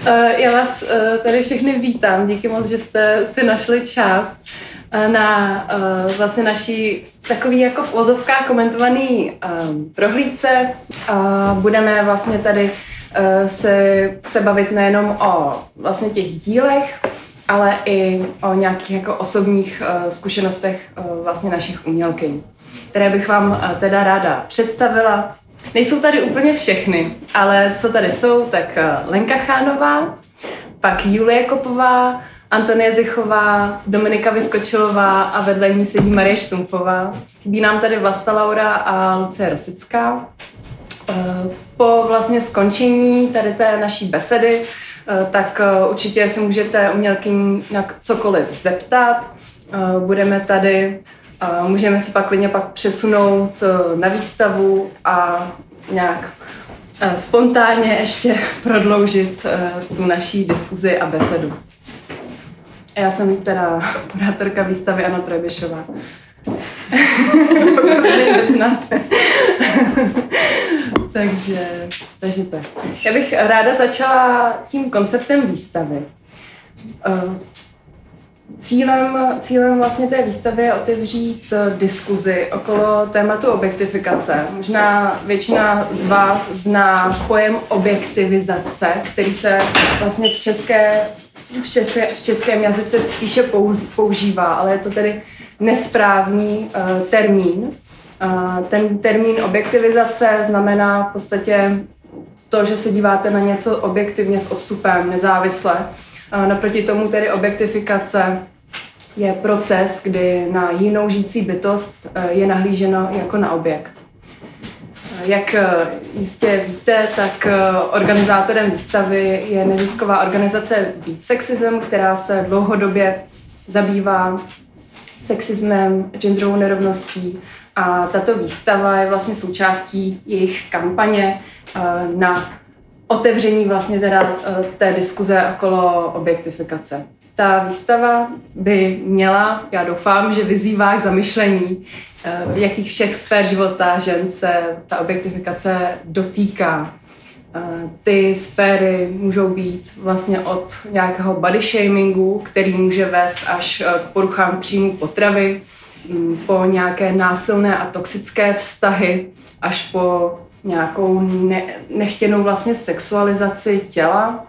Já vás tady všechny vítám. Díky moc, že jste si našli čas na vlastně naší takový jako v uvozovkách komentovaný prohlídce. Budeme vlastně tady se bavit nejenom o vlastně těch dílech, ale i o nějakých jako osobních zkušenostech vlastně našich umělkyň, které bych vám teda ráda představila. Nejsou tady úplně všechny, ale co tady jsou, tak Lenka Chánová, pak Julie Kopová, Antonie Zichová, Dominika Vyskočilová a vedle ní sedí Marie Štumfová. Chybí nám tady Vlasta Laura a Lucie Rosická. Po vlastně skončení tady té naší besedy, tak určitě se můžete umělkyní na cokoliv zeptat. Budeme tady, můžeme se pak klidně pak přesunout na výstavu a nějak spontánně ještě prodloužit tu naší diskuzi a besedu. Já jsem teda kurátorka výstavy Anna Trojbišová. takže tak. Já bych ráda začala tím konceptem výstavy. Cílem vlastně té výstavy je otevřít diskuzi okolo tématu objektifikace. Možná většina z vás zná pojem objektivizace, který se vlastně v českém jazyce spíše používá, ale je to tedy nesprávný termín. Ten termín objektivizace znamená v podstatě to, že se díváte na něco objektivně s odstupem, nezávisle. Naproti tomu tedy objektifikace je proces, kdy na jinou žijící bytost je nahlíženo jako na objekt. Jak jistě víte, tak organizátorem výstavy je nezisková organizace Beat Sexism, která se dlouhodobě zabývá sexismem, genderovou nerovností a tato výstava je vlastně součástí jejich kampaně na otevření vlastně teda té diskuze okolo objektifikace. Ta výstava by měla, já doufám, že vyzývá k zamyšlení, v jakých všech sfér života žen se ta objektifikace dotýká. Ty sféry můžou být vlastně od nějakého body shamingu, který může vést až k poruchám příjmu potravy, po nějaké násilné a toxické vztahy, až po nějakou nechtěnou vlastně sexualizaci těla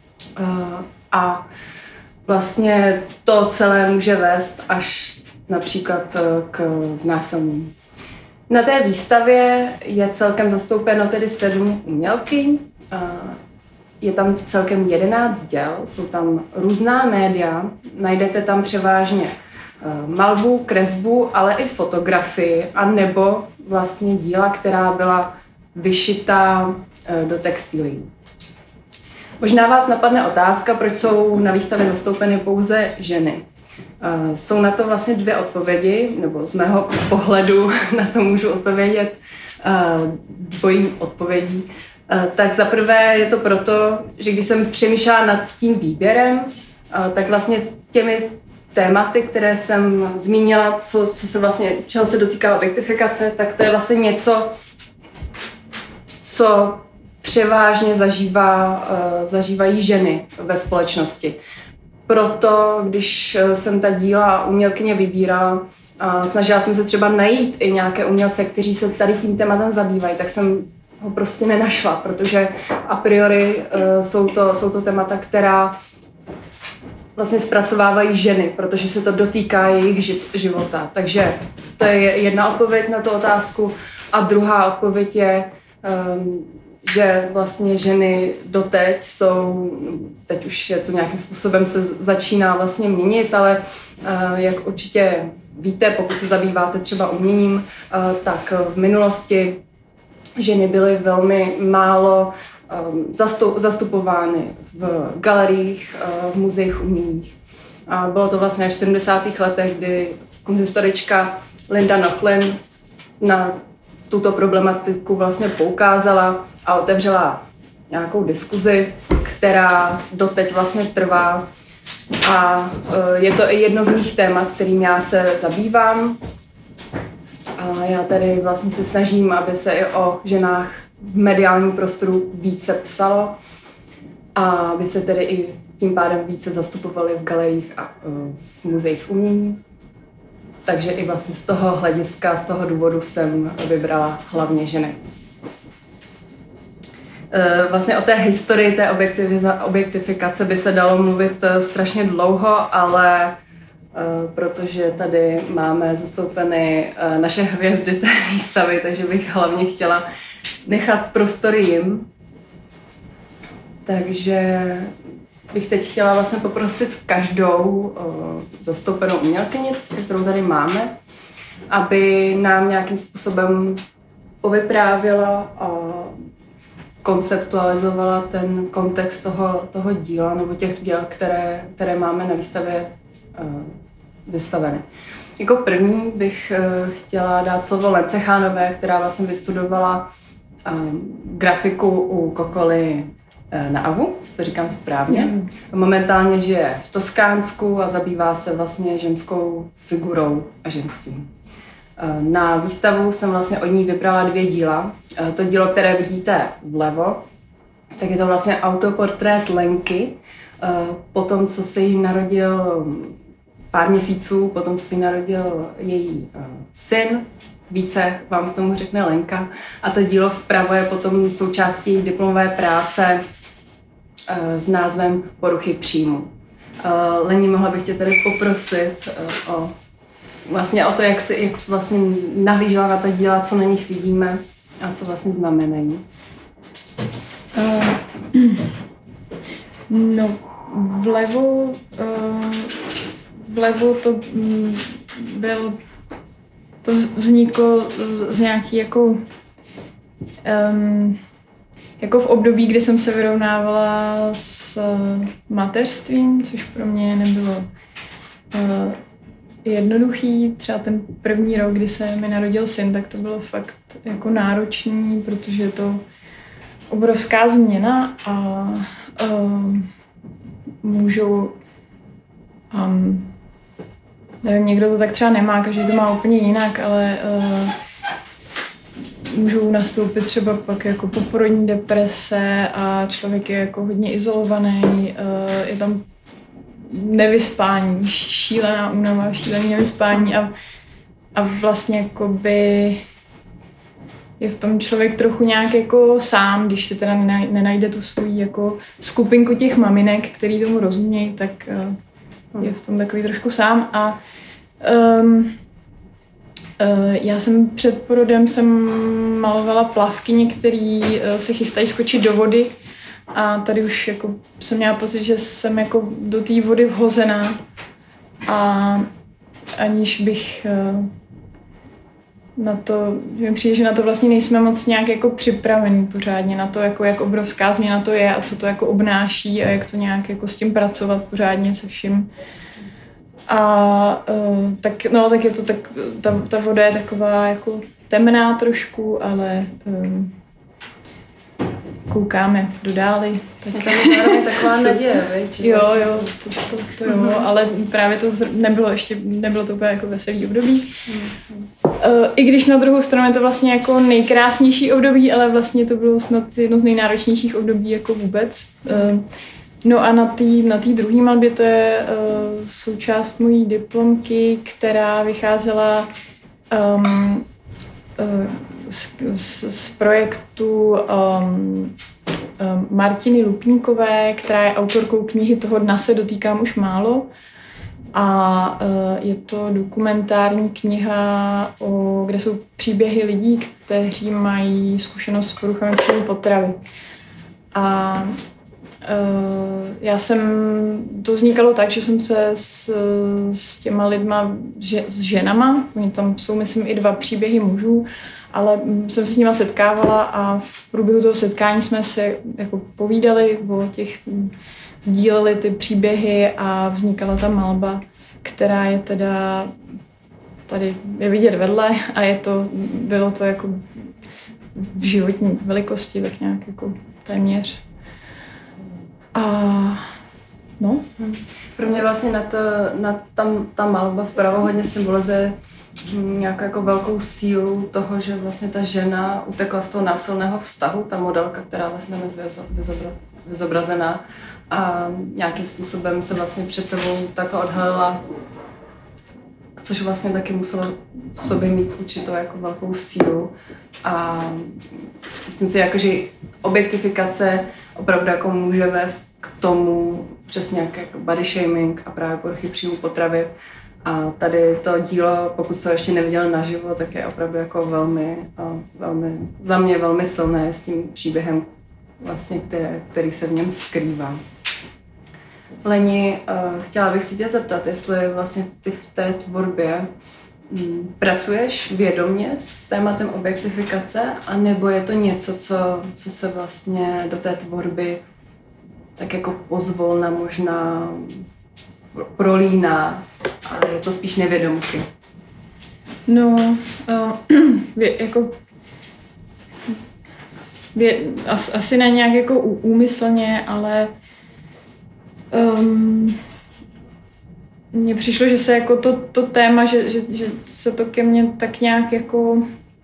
a vlastně to celé může vést až například k znásilnění. Na té výstavě je celkem zastoupeno tedy 7 umělkyň, je tam celkem 11 děl, jsou tam různá média, najdete tam převážně malbu, kresbu, ale i fotografii a nebo vlastně díla, která byla vyšitá do textilí. Možná vás napadne otázka, proč jsou na výstavě zastoupeny pouze ženy. Jsou na to vlastně 2 odpovědi, nebo z mého pohledu na to můžu odpovědět dvojí odpovědí. Tak za prvé je to proto, že když jsem přemýšlela nad tím výběrem, tak vlastně těmi tématy, které jsem zmínila, co se vlastně, čeho se dotýká objektifikace, tak to je vlastně něco, co převážně zažívají ženy ve společnosti. Proto, když jsem ta díla umělkyně vybírala, snažila jsem se třeba najít i nějaké umělce, kteří se tady tím tématem zabývají, tak jsem ho prostě nenašla, protože a priori jsou to témata, která vlastně zpracovávají ženy, protože se to dotýká jejich života. Takže to je jedna odpověď na tu otázku. A druhá odpověď je, že vlastně ženy doteď jsou, teď už je to nějakým způsobem se začíná vlastně měnit, ale jak určitě víte, pokud se zabýváte třeba uměním, tak v minulosti ženy byly velmi málo zastupovány v galeriích, v muzeích uměních. A bylo to vlastně až v 70. letech, kdy kunsthistorička Linda Nochlin na tuto problematiku vlastně poukázala a otevřela nějakou diskuzi, která doteď vlastně trvá. A je to i jedno z mých témat, kterým já se zabývám. A já tady vlastně se snažím, aby se i o ženách v mediálním prostoru více psalo. a aby se tedy i tím pádem více zastupovali v galeriích a v muzeích umění. Takže i vlastně z toho hlediska, z toho důvodu jsem vybrala hlavně ženy. Vlastně o té historii té objektifikace by se dalo mluvit strašně dlouho, ale protože tady máme zastoupeny naše hvězdy té výstavy, takže bych hlavně chtěla nechat prostor jim. Takže bych teď chtěla vlastně poprosit každou zastoupenou umělkyni, kterou tady máme, aby nám nějakým způsobem povyprávěla a konceptualizovala ten kontext toho díla nebo těch děl, které máme na výstavě vystaveny. Jako první bych chtěla dát slovo Lence Chánové, která vlastně vystudovala grafiku u Kokoly na Avu, jestli to říkám správně. Momentálně žije v Toskánsku a zabývá se vlastně ženskou figurou a ženstvím. Na výstavu jsem vlastně od ní vybrala 2 díla. To dílo, které vidíte vlevo, tak je to vlastně autoportrét Lenky. Potom, co se jí narodil pár měsíců, potom, co se jí narodil její syn, více vám k tomu řekne Lenka. A to dílo vpravo je potom součástí její diplomové práce s názvem Poruchy příjmu. Leni, mohla bych tě tady poprosit o to, jak jsi vlastně nahlížela na ta díla, co na nich vidíme a co vlastně znamenají. No, vlevo to vzniklo z nějaký jako v období, kdy jsem se vyrovnávala s mateřstvím, což pro mě nebylo jednoduchý. Třeba ten první rok, kdy se mi narodil syn, tak to bylo fakt jako náročný, protože je to obrovská změna a můžou nevím, někdo to tak třeba nemá, každý to má úplně jinak, ale můžou nastoupit třeba pak jako poporodní deprese a člověk je jako hodně izolovaný, je tam nevyspání, šílená únava, šílené nevyspání a vlastně jakoby je v tom člověk trochu nějak jako sám, když si teda nenajde tu svou jako skupinku těch maminek, který tomu rozumějí, tak je v tom takový trošku sám a já jsem před porodem malovala plavkyně, který se chystají skočit do vody a tady už jako jsem měla pocit, že jsem jako do té vody vhozená a aniž bych na to, že mi přijde, že na to vlastně nejsme moc nějak jako připravení pořádně na to, jako jak obrovská změna to je a co to jako obnáší a jak to nějak jako s tím pracovat pořádně se vším. A tak je to tak, ta voda je taková jako temná trošku, ale koukáme do dály. Tak tam je zároveň taková naděje, viď? Jo, to jo, ale právě to nebylo to úplně jako veselý období. I když na druhou stranu je to vlastně jako nejkrásnější období, ale vlastně to bylo snad jedno z nejnáročnějších období jako vůbec. No a na té druhé malbě to je součást mojí diplomky, která vycházela z projektu Martiny Lupínkové, která je autorkou knihy Toho dna se dotýkám už málo. A je to dokumentární kniha, kde jsou příběhy lidí, kteří mají zkušenost s poruchami příjmu potravy. A to vznikalo tak, že jsem se s těma lidma, s ženama, oni tam jsou, myslím, i 2 příběhy mužů, ale jsem se s nima setkávala a v průběhu toho setkání jsme se jako povídali o těch, sdíleli ty příběhy a vznikala ta malba, která je teda tady je vidět vedle a bylo to jako v životní velikosti, tak nějak jako téměř. No. Pro mě vlastně ta malba vpravo hodně symbolizuje nějakou jako velkou sílu toho, že vlastně ta žena utekla z toho násilného vztahu, ta modelka, která vlastně tam je zobrazena a nějakým způsobem se vlastně před tebou takhle odhalila, což vlastně taky muselo v sobě mít určitou jako velkou sílu a myslím si, jako, že objektifikace opravdu jako může vést k tomu přesně jako body shaming a právě poruchy příjmu potravy. A tady to dílo, pokud jste ho ještě neviděli naživo, tak je opravdu jako velmi, za mě velmi silné s tím příběhem, vlastně, který se v něm skrývá. Leni, chtěla bych si tě zeptat, jestli vlastně ty v té tvorbě pracuješ vědomě s tématem objektifikace, anebo je to něco, co se vlastně do té tvorby tak jako pozvolna možná prolíná, ale je to spíš nevědomky? No, jako asi ne nějak jako úmyslně, ale mně přišlo, že se jako to téma, že se to ke mně tak nějak jako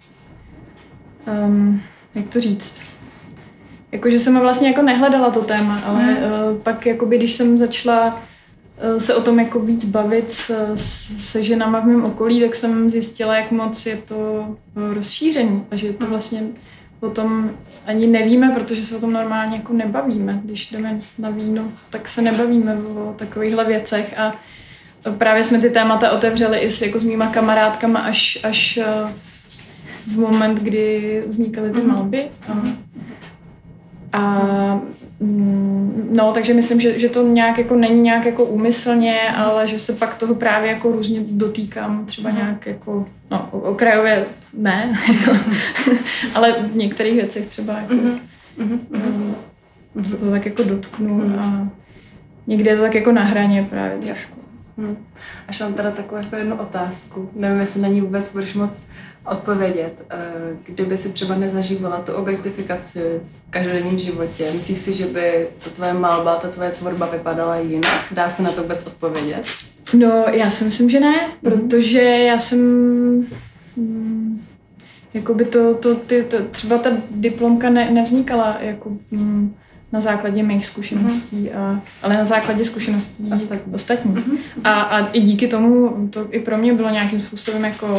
jak to říct, jako že jsem vlastně jako nehledala to téma, ale pak jakoby, když jsem začala se o tom jako víc bavit se ženama v mém okolí, tak jsem zjistila, jak moc je to rozšířený a že to vlastně o tom ani nevíme, protože se o tom normálně jako nebavíme. Když jdeme na víno, tak se nebavíme o takovýchhle věcech a právě jsme ty témata otevřeli i jako s mýma kamarádkama až v moment, kdy vznikaly ty malby. No, takže myslím, že to nějak jako není nějak jako úmyslně, ale že se pak toho právě jako různě dotýkám, třeba nějak jako, no, okrajově ne, ale v některých věcech třeba jako se to tak jako dotknu a někdy je to tak jako na hraně právě trošku. Až mám teda takovou jako jednu otázku, nevím, jestli na ní vůbec budeš moc odpovědět. Kdyby si třeba nezažívala tu objektifikaci v každodenním životě, myslíš si, že by ta tvoje malba, ta tvoje tvorba vypadala jinak? Dá se na to vůbec odpovědět? No, já si myslím, že ne, protože já jsem jakoby třeba ta diplomka nevznikala jako na základě mých zkušeností, ale na základě zkušeností ostatních. A i díky tomu to i pro mě bylo nějakým způsobem jako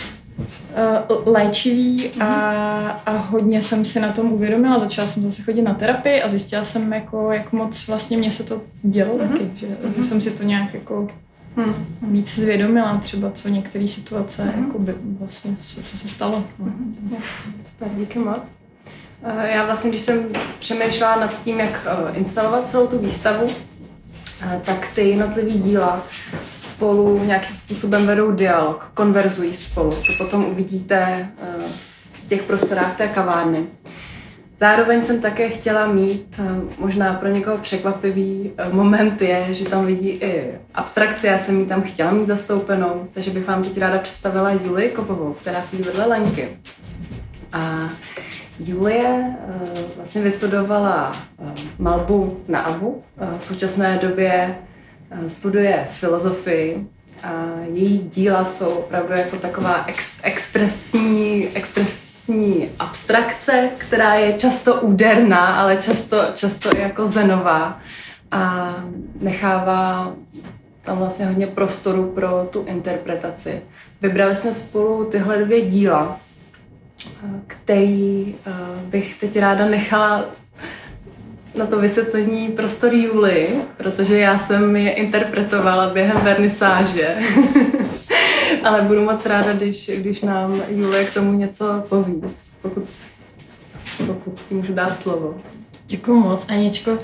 léčivý a hodně jsem si na tom uvědomila. Začala jsem zase chodit na terapii a zjistila jsem, jako, jak moc vlastně mě se to dělo taky, že jsem si to nějak jako víc zvědomila, třeba co některé situace, jako by vlastně, co se stalo. Super, díky moc. Já vlastně, když jsem přemýšlela nad tím, jak instalovat celou tu výstavu, tak ty jednotlivý díla spolu nějakým způsobem vedou dialog, konverzují spolu. To potom uvidíte v těch prostorách té kavárny. Zároveň jsem také chtěla mít, možná pro někoho překvapivý moment je, že tam vidí i abstrakci, já jsem ji tam chtěla mít zastoupenou, takže bych vám teď ráda představila Julii Kopovou, která sedí vedle Lenky. A Julie vlastně vystudovala malbu na ABU, v současné době studuje filozofii a její díla jsou opravdu jako taková expresní abstrakce, která je často úderná, ale často i jako zenová a nechává tam vlastně hodně prostoru pro tu interpretaci. Vybrali jsme spolu tyhle dvě díla, který bych teď ráda nechala na to vysvětlení prostor Julii, protože já jsem je interpretovala během vernisáže. Ale budu moc ráda, když nám Julie k tomu něco poví, pokud ti můžu dát slovo. Děkuju moc, Aničko.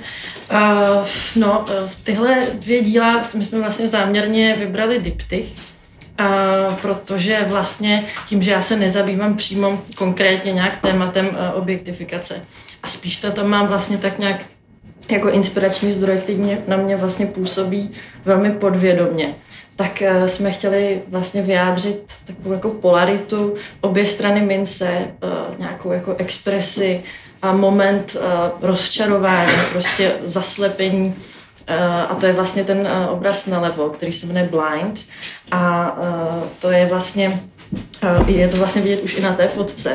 Tyhle dvě díla my jsme vlastně záměrně vybrali diptych, protože vlastně tím, že já se nezabývám přímo konkrétně nějak tématem objektifikace a spíš to mám vlastně tak nějak jako inspirační zdroj, který na mě vlastně působí velmi podvědomě, tak jsme chtěli vlastně vyjádřit takovou jako polaritu, obě strany mince, nějakou jako expresi a moment rozčarování, prostě zaslepení. A to je vlastně ten obraz nalevo, který se jmenuje Blind. A to je vlastně, je to vlastně vidět už i na té fotce,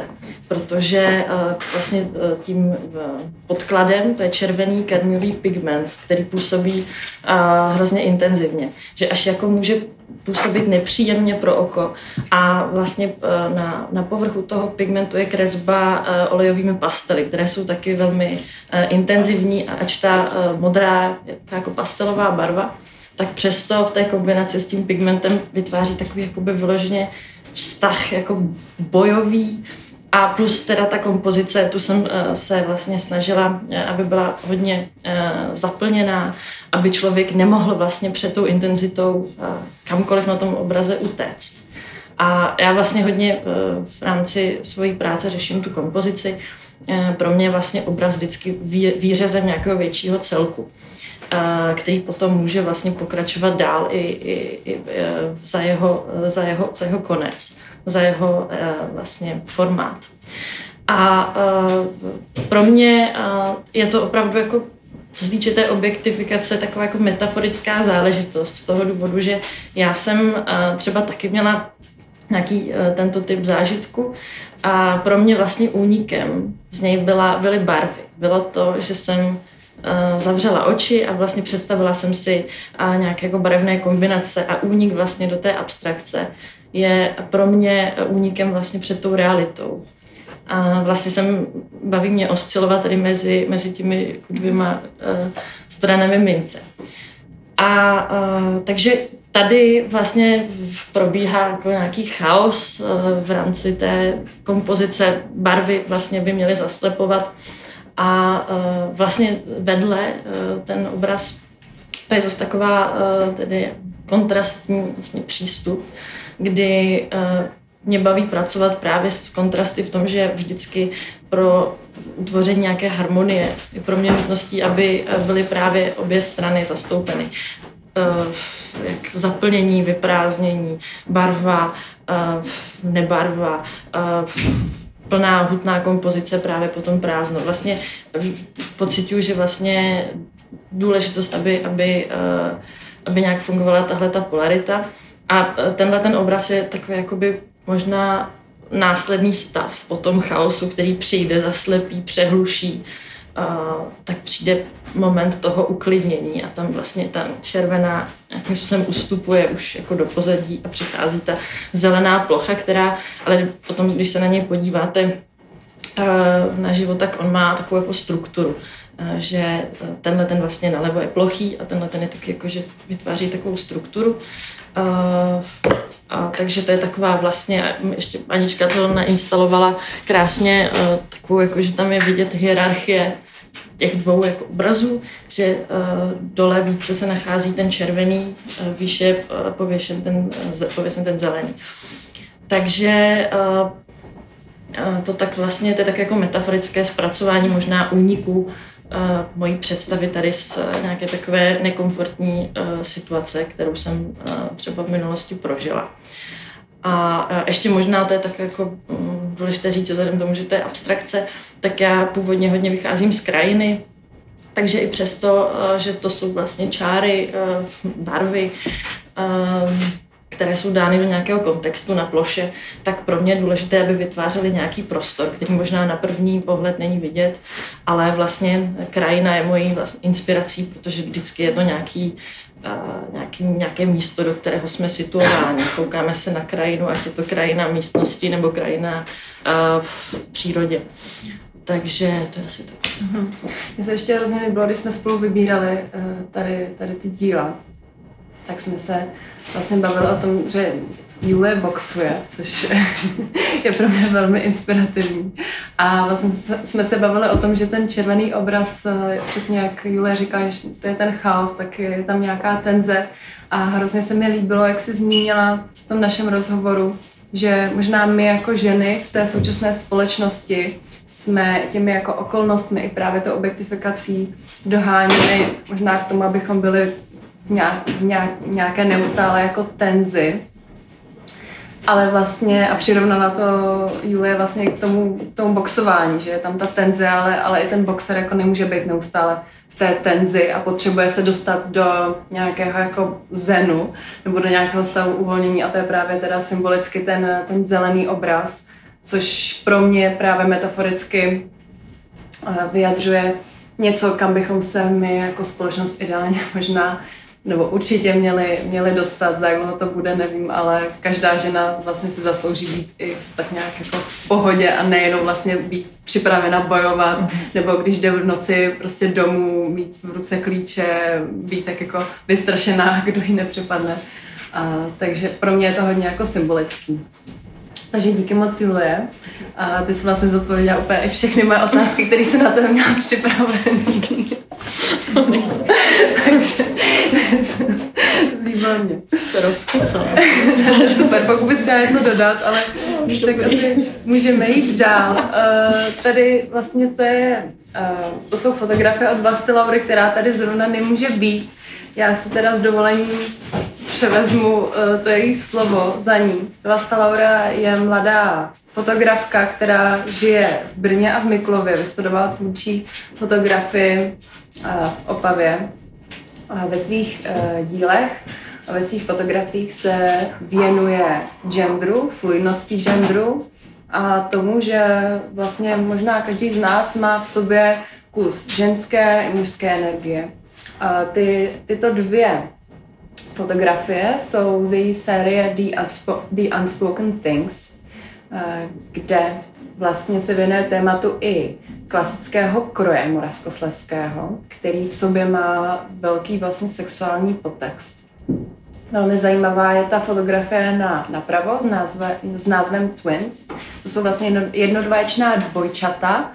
protože vlastně tím podkladem to je červený kadmiový pigment, který působí hrozně intenzivně, že až jako může působit nepříjemně pro oko a vlastně na povrchu toho pigmentu je kresba olejovými pastely, které jsou taky velmi intenzivní a ač ta modrá jako pastelová barva, tak přesto v té kombinaci s tím pigmentem vytváří takový jakoby vyloženě vztah jako bojový a plus teda ta kompozice, tu jsem se vlastně snažila, aby byla hodně zaplněná, aby člověk nemohl vlastně před tou intenzitou kamkoliv na tom obraze utéct. A já vlastně hodně v rámci svojí práce řeším tu kompozici. Pro mě je vlastně obraz vždycky výřezem nějakého většího celku, který potom může vlastně pokračovat dál i za jeho konec, za jeho vlastně formát. A pro mě je to opravdu jako, co se týče té objektifikace, taková jako metaforická záležitost z toho důvodu, že já jsem třeba taky měla nějaký tento typ zážitku a pro mě vlastně únikem z něj byly barvy. Bylo to, že jsem zavřela oči a vlastně představila jsem si nějaké jako barevné kombinace a únik vlastně do té abstrakce je pro mě únikem vlastně před tou realitou. A vlastně baví mě oscilovat tady mezi těmi dvěma stranami mince. Takže tady vlastně probíhá jako nějaký chaos v rámci té kompozice. Barvy vlastně by měly zaslepovat a vlastně vedle ten obraz, to je zase taková tedy kontrastní vlastně přístup, kdy mě baví pracovat právě s kontrasty v tom, že vždycky pro utvoření nějaké harmonie je pro mě nutností, aby byly právě obě strany zastoupeny. Jak zaplnění, vyprázdnění, barva, nebarva, plná hutná kompozice, právě potom prázdno. Vlastně pociťuji, že vlastně důležitost, aby nějak fungovala tahle ta polarita. A ten obraz je takový jakoby možná následný stav po tom chaosu, který přijde, zaslepí, přehluší, tak přijde moment toho uklidnění a tam vlastně ta červená nějakým způsobem ustupuje už jako do pozadí a přichází ta zelená plocha, která, ale potom, když se na něj podíváte naživo, tak on má takovou jako strukturu, že ten vlastně nalevo je plochý a tenhle ten je taky jako, že vytváří takovou strukturu. Takže to je taková vlastně, ještě Anička to nainstalovala krásně, takovou jako, že tam je vidět hierarchie těch dvou jako obrazů, že dole více se nachází ten červený, výše je pověšen ten zelený. Takže to tak vlastně, to je tak jako metaforické zpracování možná úniku mojí představy tady z nějaké takové nekomfortní situace, kterou jsem třeba v minulosti prožila. A ještě možná to je tak jako důležité říct, vzhledem tomu, že to je abstrakce, tak já původně hodně vycházím z krajiny, takže i přesto, že to jsou vlastně čáry, barvy, které jsou dány do nějakého kontextu na ploše, tak pro mě je důležité, aby vytvářely nějaký prostor, který možná na první pohled není vidět, ale vlastně krajina je mojí vlastně inspirací, protože vždycky je to nějaké místo, do kterého jsme situováni. Koukáme se na krajinu, ať je to krajina místnosti nebo krajina v přírodě. Takže to je asi tak. Mně se ještě hrozně líbilo, když jsme spolu vybírali tady ty díla, tak jsme se vlastně bavili o tom, že Julie boxuje, což je pro mě velmi inspirativní. A vlastně jsme se bavili o tom, že ten červený obraz, přesně jak Julie říkala, že to je ten chaos, tak je tam nějaká tenze. A hrozně se mi líbilo, jak jsi zmínila v tom našem rozhovoru, že možná my jako ženy v té současné společnosti jsme těmi jako okolnostmi i právě tou objektifikací doháněni možná k tomu, abychom byli nějaké neustále jako tenzi. Ale vlastně, a přirovnala to Julie vlastně k tomu boxování, že je tam ta tenze, ale i ten boxer jako nemůže být neustále v té tenzi a potřebuje se dostat do nějakého jako zenu nebo do nějakého stavu uvolnění a to je právě teda symbolicky ten zelený obraz, což pro mě právě metaforicky vyjadřuje něco, kam bychom se my jako společnost ideálně možná nebo určitě měli dostat, za jak dlouho to bude, nevím, ale každá žena vlastně si zaslouží být i tak nějak jako v pohodě a nejenom vlastně být připravena bojovat, nebo když jde v noci prostě domů, mít v ruce klíče, být tak jako vystrašená, kdo ji nepřepadne. Takže pro mě je to hodně jako symbolický. Takže díky moc, Julie. A ty jsi vlastně zodpověděla úplně i všechny moje otázky, které jsem na tebe měla připravený. Takže výborně. Rozkycala. Super, pokud bys chtěla něco dodat, ale tak asi můžeme jít dál. Tady vlastně to jsou fotografie od Vlasty Laury, která tady zrovna nemůže být. Já si teda s dovolením převezmu to její slovo za ní. Vlasta Laura je mladá fotografka, která žije v Brně a v Miklově. Vystudovala tvůrčí fotografii v Opavě. Ve svých dílech a ve svých fotografiích se věnuje genderu, fluidnosti genderu a tomu, že vlastně možná každý z nás má v sobě kus ženské i mužské energie. Tyto dvě fotografie jsou z její série The Unspoken Things, kde vlastně se věnuje tématu i klasického kroje moravskoslezského, který v sobě má velký vlastně sexuální podtext. Velmi zajímavá je ta fotografie napravo s názvem Twins. To jsou vlastně jednovaječná dvojčata,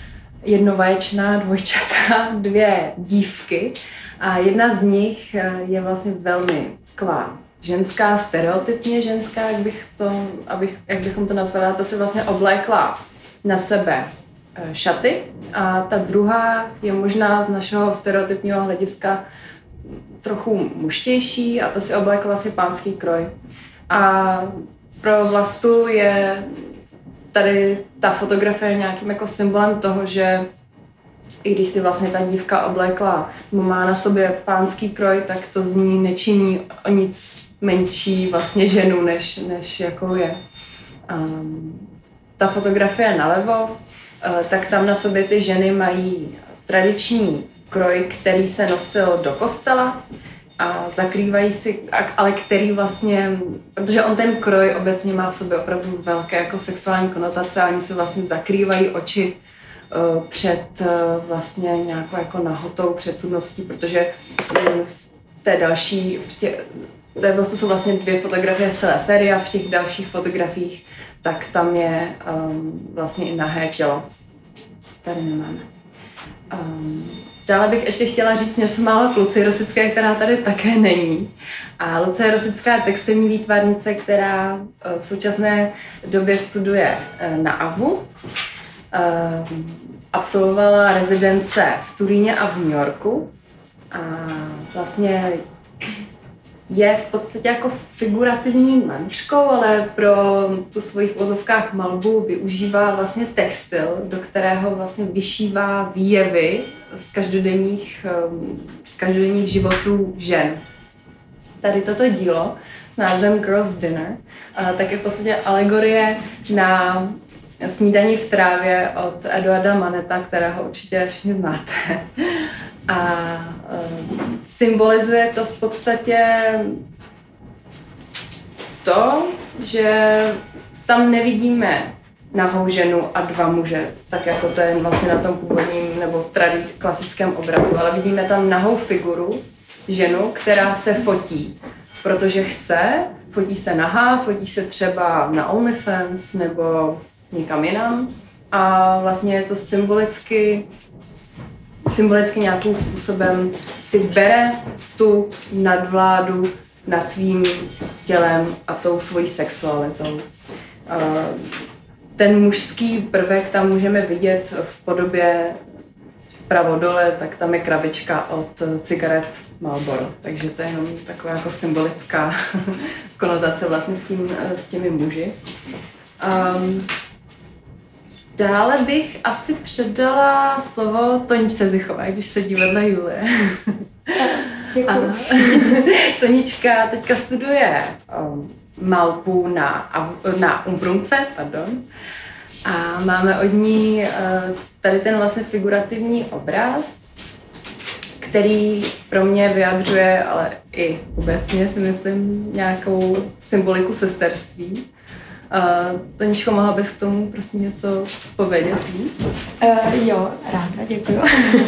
dvě dívky a jedna z nich je vlastně velmi taková ženská, stereotypně ženská, jak bychom to nazvali. Ta si vlastně oblékla na sebe šaty a ta druhá je možná z našeho stereotypního hlediska trochu muštější a ta si oblékla vlastně pánský kroj. A pro Vlastu je tady ta fotografie nějakým jako symbolem toho, že i když si vlastně ta dívka oblékla, má na sobě pánský kroj, tak to z ní nečiní o nic menší vlastně ženu, než jakou je. Ta fotografie nalevo, tak tam na sobě ty ženy mají tradiční kroj, který se nosil do kostela a zakrývají si, ale který vlastně, protože on ten kroj obecně má v sobě opravdu velké jako sexuální konotace a oni se vlastně zakrývají oči před vlastně nějakou jako nahotou, předsudností, protože to jsou vlastně dvě fotografie z celé série a v těch dalších fotografiích tak tam je vlastně i nahé tělo. Tady nemáme. Dále bych ještě chtěla říct něco málo k Lucii Rosické, která tady také není. A Lucie Rosická je textilní výtvarnice, která v současné době studuje na AVU. Absolvovala rezidence v Turíně a v New Yorku. A vlastně je v podstatě jako figurativní malířkou, ale pro tu svoji v uvozovkách malbu využívá vlastně textil, do kterého vlastně vyšívá výjevy z každodenních životů žen. Tady toto dílo s názvem Girls Dinner tak je v podstatě alegorie na Snídaní v trávě od Eduarda Maneta, kterého určitě všichni znáte. A symbolizuje to v podstatě to, že tam nevidíme nahou ženu a dva muže, tak jako to je vlastně na tom původním nebo klasickém obrazu, ale vidíme tam nahou figuru, ženu, která se fotí, protože chce, fotí se nahá, fotí se třeba na OnlyFans nebo někam jinam a vlastně je to symbolicky nějakým způsobem si bere tu nadvládu nad svým tělem a tou svojí sexualitou. Ten mužský prvek tam můžeme vidět v podobě vpravo dole, tak tam je krabička od cigaret Marlboro. Takže to je jenom taková jako symbolická konotace vlastně s těmi muži. Dále bych asi předala slovo Toničce Zichové, když sedí vedle Julie. Tonička teďka studuje malbu na Umbrumce, A máme od ní tady ten vlastně figurativní obraz, který pro mě vyjadřuje, ale i obecně si myslím, nějakou symboliku sesterství. Toničko, mohla bych k tomu prosím něco povědět víc? Jo, ráda, děkuju.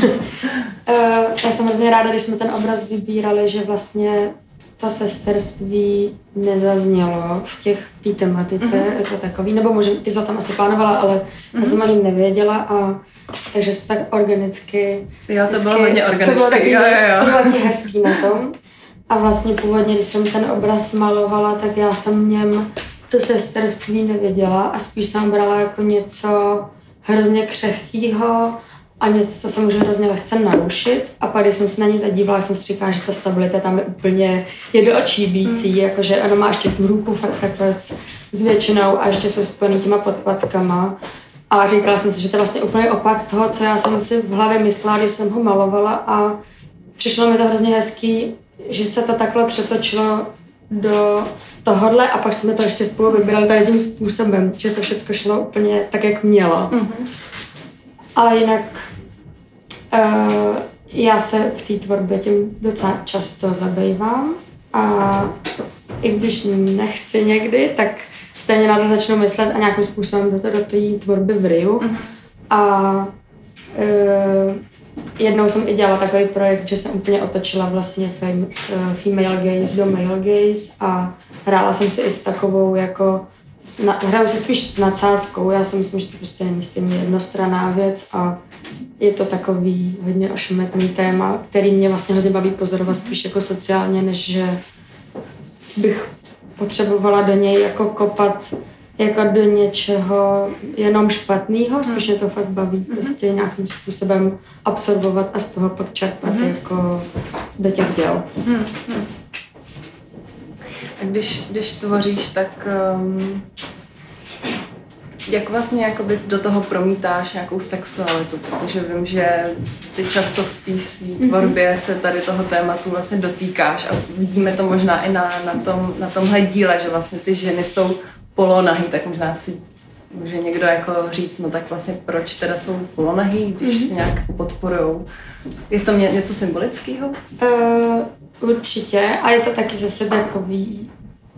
Já jsem hrozně ráda, když jsme ten obraz vybírali, že vlastně to sesterství nezaznělo v té tematice jako takový, nebo možná ty jsi to tam asi plánovala, ale já jsem ani nevěděla a takže se tak organicky... Jo, to bylo hodně organické. To bylo taky hezký na tom. A vlastně původně, když jsem ten obraz malovala, tak já jsem v něm to sesterství nevěděla a spíš jsem brala jako něco hrozně křehkýho a něco, co se může hrozně lehce narušit. A pak, když jsem se na ní zadívala, jsem si říkala, že ta stabilita tam je úplně do očí bící, jakože ona má ještě tu ruku fakt takhle s většinou a ještě jsou spojený těma podpatkama. A říkala jsem si, že to je vlastně úplně opak toho, co já jsem si v hlavě myslela, když jsem ho malovala a přišlo mi to hrozně hezký, že se to takhle přetočilo do tohodle a pak jsme to ještě spolu vybrali tady tím způsobem, že to všechno šlo úplně tak, jak mělo. Ale jinak já se v té tvorbě tím docela často zabývám a i když nechci někdy, tak stejně na to začnu myslet a nějakým způsobem do té tvorby vryju. A jednou jsem i dělala takový projekt, že jsem úplně otočila vlastně female gaze do male gaze a hrála jsem si i s takovou jako, hraju si spíš s nadsázkou, já si myslím, že to prostě není stejně jednostranná věc a je to takový hodně ošemetný téma, který mě vlastně hrozně baví pozorovat spíš jako sociálně, než že bych potřebovala do něj jako kopat jako do něčeho jenom špatného, spíš mě to fakt baví prostě nějakým způsobem absorbovat a z toho pak čerpat jako do těch děl. A když tvoříš, tak jak vlastně jakoby do toho promítáš nějakou sexualitu, protože vím, že ty často v té svý tvorbě se tady toho tématu vlastně dotýkáš a vidíme to možná i na tomhle díle, že vlastně ty ženy jsou polonahý, tak možná si může někdo jako říct, no tak vlastně proč teda jsou polonahý, když se nějak podporujou. Je v tom něco symbolického? Určitě a je to taky zase takový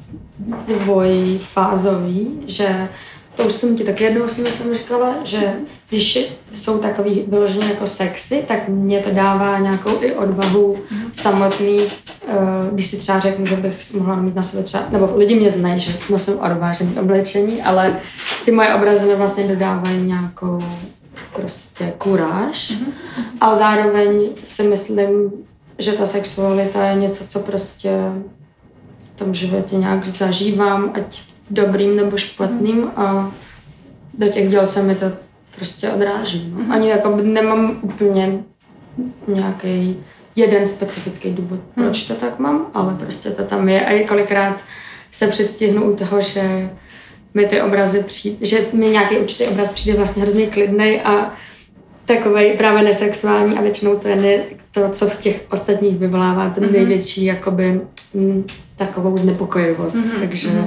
dvojfázový, že to už jsem ti taky jednou jsem říkala, že když jsou takový vyloženě jako sexy, tak mě to dává nějakou i odvahu samotný, když si třeba řeknu, že bych mohla mít na sebe třeba, nebo lidi mě znají, že nosím odvážený oblečení, ale ty moje obrazy mi vlastně dodávají nějakou prostě kuráž. A zároveň si myslím, že ta sexualita je něco, co prostě v tom životě nějak zažívám, ať v dobrým nebo špatným a do těch děl se mi to prostě odráží. No. Ani jako nemám úplně nějaký jeden specifický důvod, proč to tak mám, ale prostě to tam je a kolikrát se přistihnu u toho, že mi ty obrazy že mi nějaký určitý obraz přijde vlastně hrozně klidnej a takovej právě nesexuální a většinou to je to, co v těch ostatních vyvolává ten největší jakoby takovou znepokojivost, takže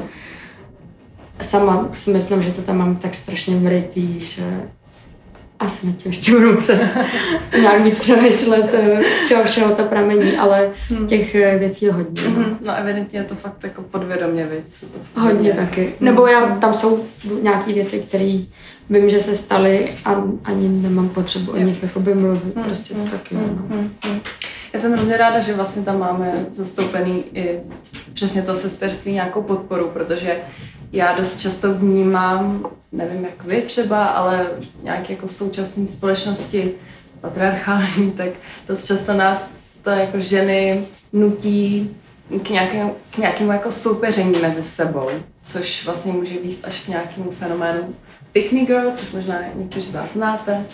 sama si myslím, že to tam mám tak strašně vrytý, že asi na tím ještě budu muset nějak víc přemýšlet, z čeho všeho to pramení, ale těch věcí je hodně. No evidentně je to fakt jako podvědomě věc. Hodně taky. Nebo tam jsou nějaké věci, které vím, že se staly a ani nemám potřebu o nich jakoby mluvit. Prostě to taky. Já jsem hrozně ráda, že vlastně tam máme zastoupený i přesně to sesterství, nějakou podporu, protože já dost často vnímám, nevím jak vy třeba, ale nějaké jako současné společnosti patriarchální, tak dost často nás to jako ženy nutí k nějakému jako soupeření mezi sebou, což vlastně může vést až k nějakému fenoménu pick me girl, což možná někteří z vás znáte.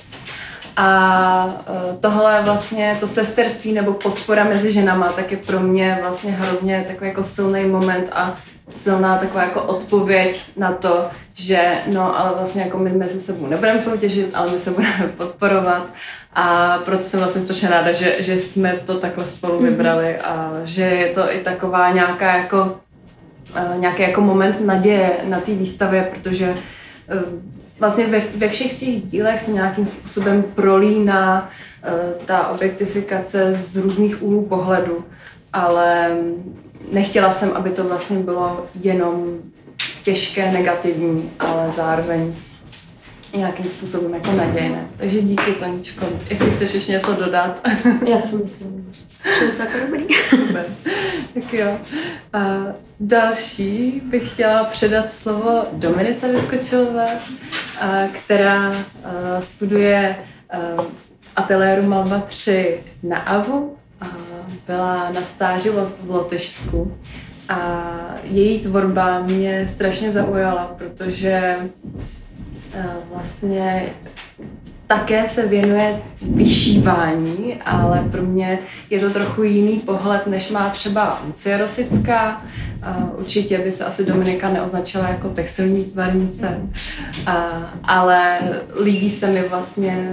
A tohle vlastně, to sesterství nebo podpora mezi ženama, tak je pro mě vlastně hrozně takový jako silný moment a silná taková jako odpověď na to, že no, ale vlastně jako my mezi sebou nebudeme soutěžit, ale my se budeme podporovat a proto jsem vlastně strašně ráda, že jsme to takhle spolu vybrali a že je to i taková nějaký jako moment naděje na té výstavě, protože vlastně ve všech těch dílech se nějakým způsobem prolíná ta objektifikace z různých úhlů pohledu, ale nechtěla jsem, aby to vlastně bylo jenom těžké, negativní, ale zároveň nějakým způsobem jako nadějné. Takže díky, Toničko. Jestli chceš ještě něco dodat. Já si myslím, že je to jako dobrý. Super. Tak jo. A další bych chtěla předat slovo Dominice Vyskočilové, která studuje v ateliéru Malba 3 na AVU. Byla na stáži v Lotyšsku a její tvorba mě strašně zaujala, protože vlastně také se věnuje vyšívání, ale pro mě je to trochu jiný pohled, než má třeba Lucie Rosická. Určitě by se asi Dominika neoznačila jako textilní výtvarnice, ale líbí se mi vlastně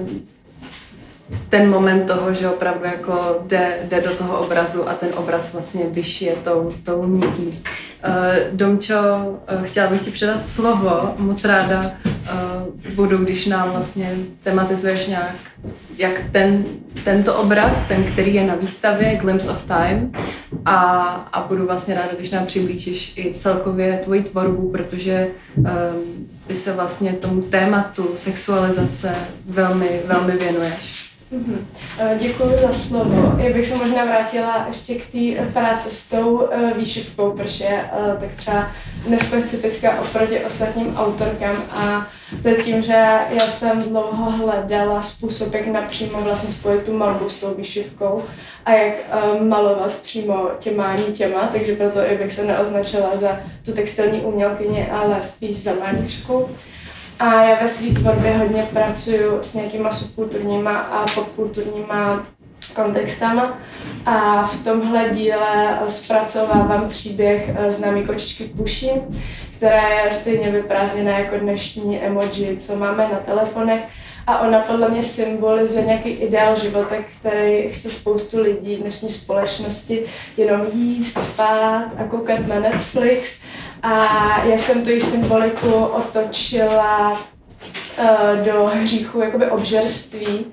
ten moment toho, že opravdu jako jde do toho obrazu a ten obraz vlastně vyšije tou nití. Domčo, chtěla bych ti předat slovo, moc ráda budu, když nám vlastně tematizuješ nějak, jak tento obraz, ten, který je na výstavě Glimpse of Time a budu vlastně ráda, když nám přiblížíš i celkově tvoji tvorbu, protože ty se vlastně tomu tématu sexualizace velmi, velmi věnuješ. Děkuji za slovo. Já bych se možná vrátila ještě k té práci s tou výšivkou, protože je tak třeba nespecifická oproti ostatním autorkám a to je tím, že já jsem dlouho hledala způsob, jak napřímo vlastně spojit tu malbu s tou výšivkou a jak malovat přímo těma nitěma, takže proto i bych se neoznačila za tu textilní umělkyni, ale spíš za malířku. A já ve své tvorbě hodně pracuju s nějakýma subkulturníma a popkulturníma kontextama a v tomhle díle zpracovávám příběh známý kočičky Puši, která je stejně vyprázdněná jako dnešní emoji, co máme na telefonech a ona podle mě symbolizuje nějaký ideál života, který chce spoustu lidí v dnešní společnosti jenom jíst, spát a koukat na Netflix. A já jsem tu její symboliku otočila do hříchu jakoby obžerství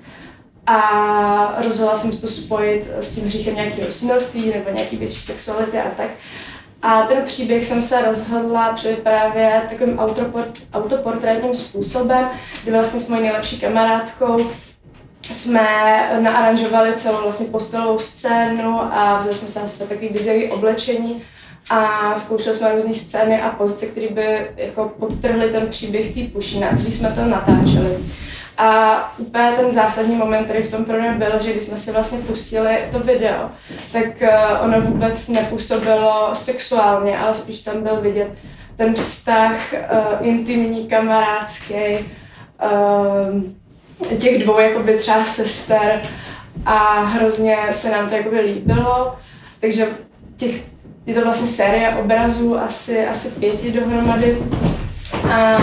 a rozhodla jsem to spojit s tím hříchem nějakého smilství nebo nějaký větší sexuality a tak. A ten příběh jsem se rozhodla převyprávět takovým autoportrétním způsobem, kdy vlastně s mojí nejlepší kamarádkou jsme naaranžovali celou vlastně postelovou scénu a vzali jsme se na sebe takový vizový oblečení a zkoušeli jsme různé scény a pozice, které by jako podtrhly ten příběh té Pušiny a celý jsme to natáčeli. A úplně ten zásadní moment, který v tom pro mě byl, že když jsme si vlastně pustili to video, tak ono vůbec nepůsobilo sexuálně, ale spíš tam byl vidět ten vztah intimní, kamarádský, těch dvou jakoby třeba sester a hrozně se nám to jakoby líbilo, takže je to vlastně série obrazů, asi 5 dohromady. A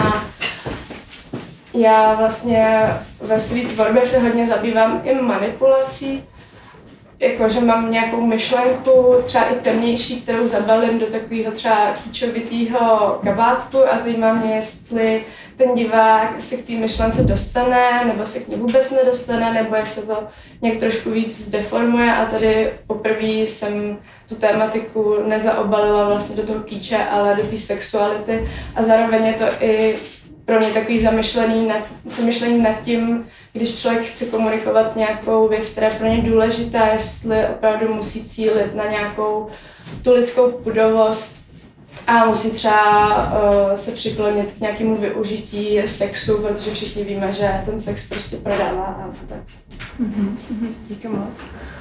já vlastně ve své tvorbě se hodně zabývám i manipulací, jakože mám nějakou myšlenku, třeba i temnější, kterou zabalím do takového třeba kýčovitýho kabátku a zajímá mě, jestli ten divák se k té myšlence dostane, nebo se k ní vůbec nedostane, nebo jak se to nějak trošku víc zdeformuje a tady poprvé jsem tu tématiku nezaobalila vlastně do toho kýče, ale do té sexuality a zároveň je to i pro mě takový zamyšlení nad tím, když člověk chce komunikovat nějakou věc, která je pro ně důležitá, jestli opravdu musí cílit na nějakou tu lidskou pudovost a musí třeba se přiklonit k nějakému využití sexu, protože všichni víme, že ten sex prostě prodává a tak. Díky moc.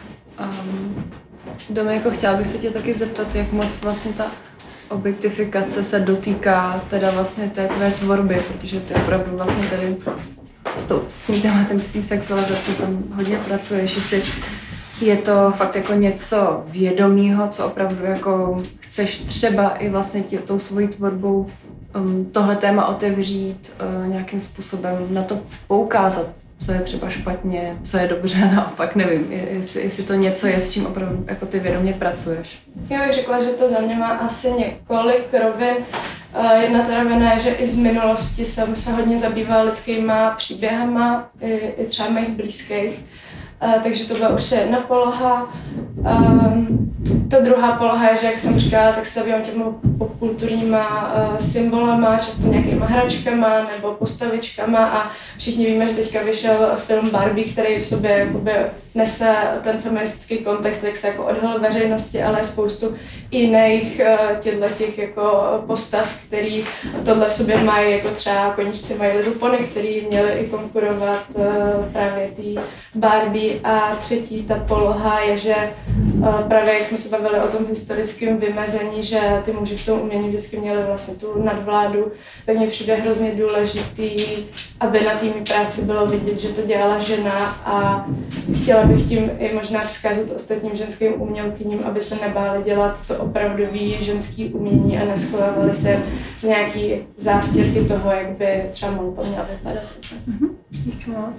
Dominiko, chtěla bych se tě taky zeptat, jak moc vlastně ta objektifikace se dotýká teda vlastně té tvé tvorby, protože ty opravdu vlastně tady s tím tématem, s tím sexualizací tam hodně pracuješ, jestli je to fakt jako něco vědomího, co opravdu jako chceš třeba i vlastně tou svojí tvorbou tohle téma otevřít, nějakým způsobem na to poukázat, co je třeba špatně, co je dobře, naopak nevím, jestli to něco je, s čím opravdu jako ty vědomě pracuješ. Já bych řekla, že to za mě má asi několik rovin. Jedna ta rovina je, že i z minulosti jsem se hodně zabývala lidskýma příběhama, i třeba mých blízkých. Takže to byla určitě jedna poloha. Ta druhá poloha je, že jak jsem říkala, tak se zabývám těmi popkulturníma symbolama, často nějakýma hračkama nebo postavičkama a všichni víme, že teďka vyšel film Barbie, který v sobě jakoby nese ten feministický kontext, jak se jako odhalil veřejnosti, ale spoustu jiných těch jako postav, který tohle v sobě mají, jako třeba koníčci My Little Pony, který měli i konkurovat právě té Barbie. A třetí ta poloha je, že právě jak jsme se bavili o tom historickém vymezení, že ty muži v tom umění vždycky měli vlastně tu nadvládu, tak mně přijde hrozně důležitý, aby na té práci bylo vidět, že to dělala žena a chtěla bych tím i možná vzkazat ostatním ženským umělkyním, aby se nebáli dělat to opravdový ženský umění a neschovávali se z nějaký zástěrky toho, jak by třeba mohlo měla vypadat. Díky moc.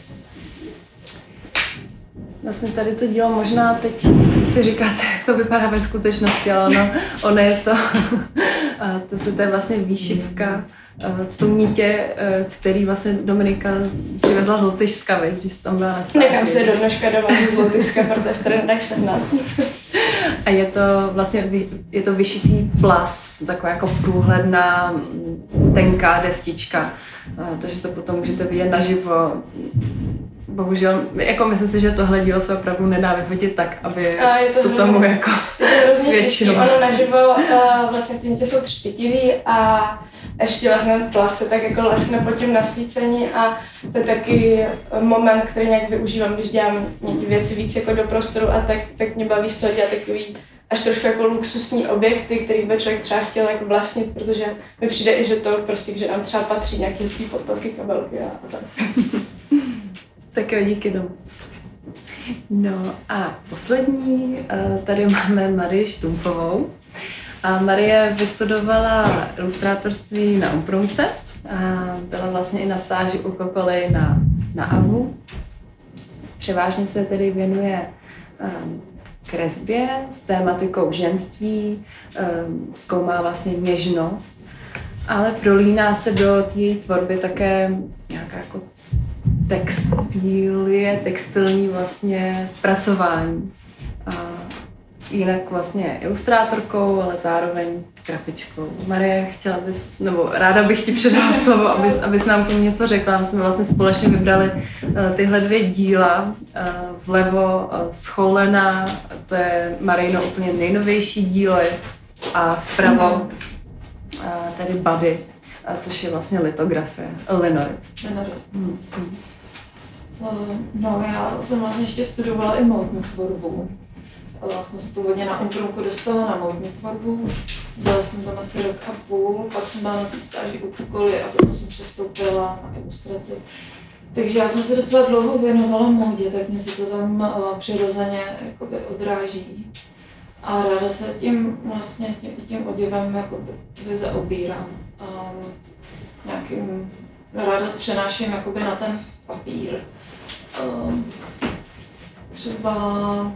Vlastně tady to dílo možná teď si říkáte, jak to vypadá ve skutečnosti, ale ono je to, to je vlastně výšivka, to jsou nitě, který vlastně Dominika přivezla z Lotyšska, když tam byla na stáži. Nechám si do dneška doma z Lotyšska, protože se tady nedají sehnat. A je to vlastně vyšitý plast, taková jako průhledná, tenká destička, takže to potom můžete vidět naživo. Bohužel, jako myslím si, že tohle dílo se opravdu nedá vyfotit tak, aby to tomu jako svědčilo. Ono naživo, vlastně ty nitě jsou třpitivý a ještě vlastně ten plast se tak jako leskne pod tím nasvícení a to je taky moment, který nějak využívám, když dělám nějaké věci víc jako do prostoru a tak mě baví z toho dělat takový až trošku jako luxusní objekty, který by člověk třeba chtěl jako vlastnit, protože mi přijde i, že to prostě, že nám třeba patří nějaké hezký potolky, kabelky a tak. Tak jo, díky Dom. No a poslední, tady máme Marii Štumpfovou. A Marie vystudovala ilustrátorství na Umprumce a byla vlastně i na stáži u Kokoly na AVU. Převážně se tedy věnuje kresbě s tématikou ženství, zkoumá vlastně něžnost, ale prolíná se do té tvorby také nějaká jako textilní vlastně zpracování. A jinak vlastně ilustrátorkou, ale zároveň grafičkou. Marie, ráda bych ti předala slovo, abys nám k tomu něco řekla. My jsme vlastně společně vybrali tyhle dvě díla. Vlevo Schoulená, to je Marijino úplně nejnovější dílo, a vpravo tady Bady, což je vlastně litografie, linorit. No, já jsem vlastně ještě studovala i módní tvorbu. Já jsem se původně na Umprumku dostala na módní tvorbu. Byla jsem tam asi rok a půl, pak jsem byla na té stáži u Kokoly a potom jsem přestoupila na ilustraci. Takže já jsem se docela dlouho věnovala módě, tak mě se to tam přirozeně jakoby odráží. A ráda se tím oděvem jakoby zaobírám. Ráda to přenáším jakoby na ten papír. Třeba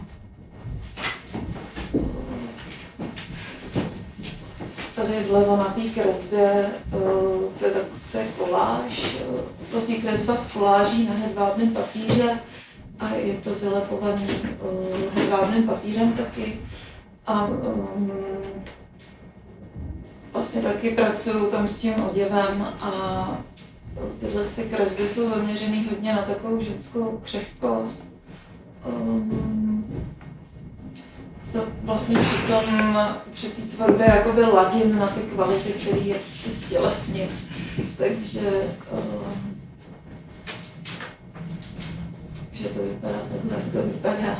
tady vlevo na té kresbě, to je koláž, vlastně kresba z koláží na hedvábném papíře a je to vylepovaný hedvábným papírem taky. A vlastně taky pracuju tam s tím oděvem a tyhle kresby jsou zaměřený hodně na takovou ženskou křehkost. Vlastně při té tvorbě jakoby ladím na ty kvality, které chci stělesnit. Takže to vypadá takhle, jak to vypadá.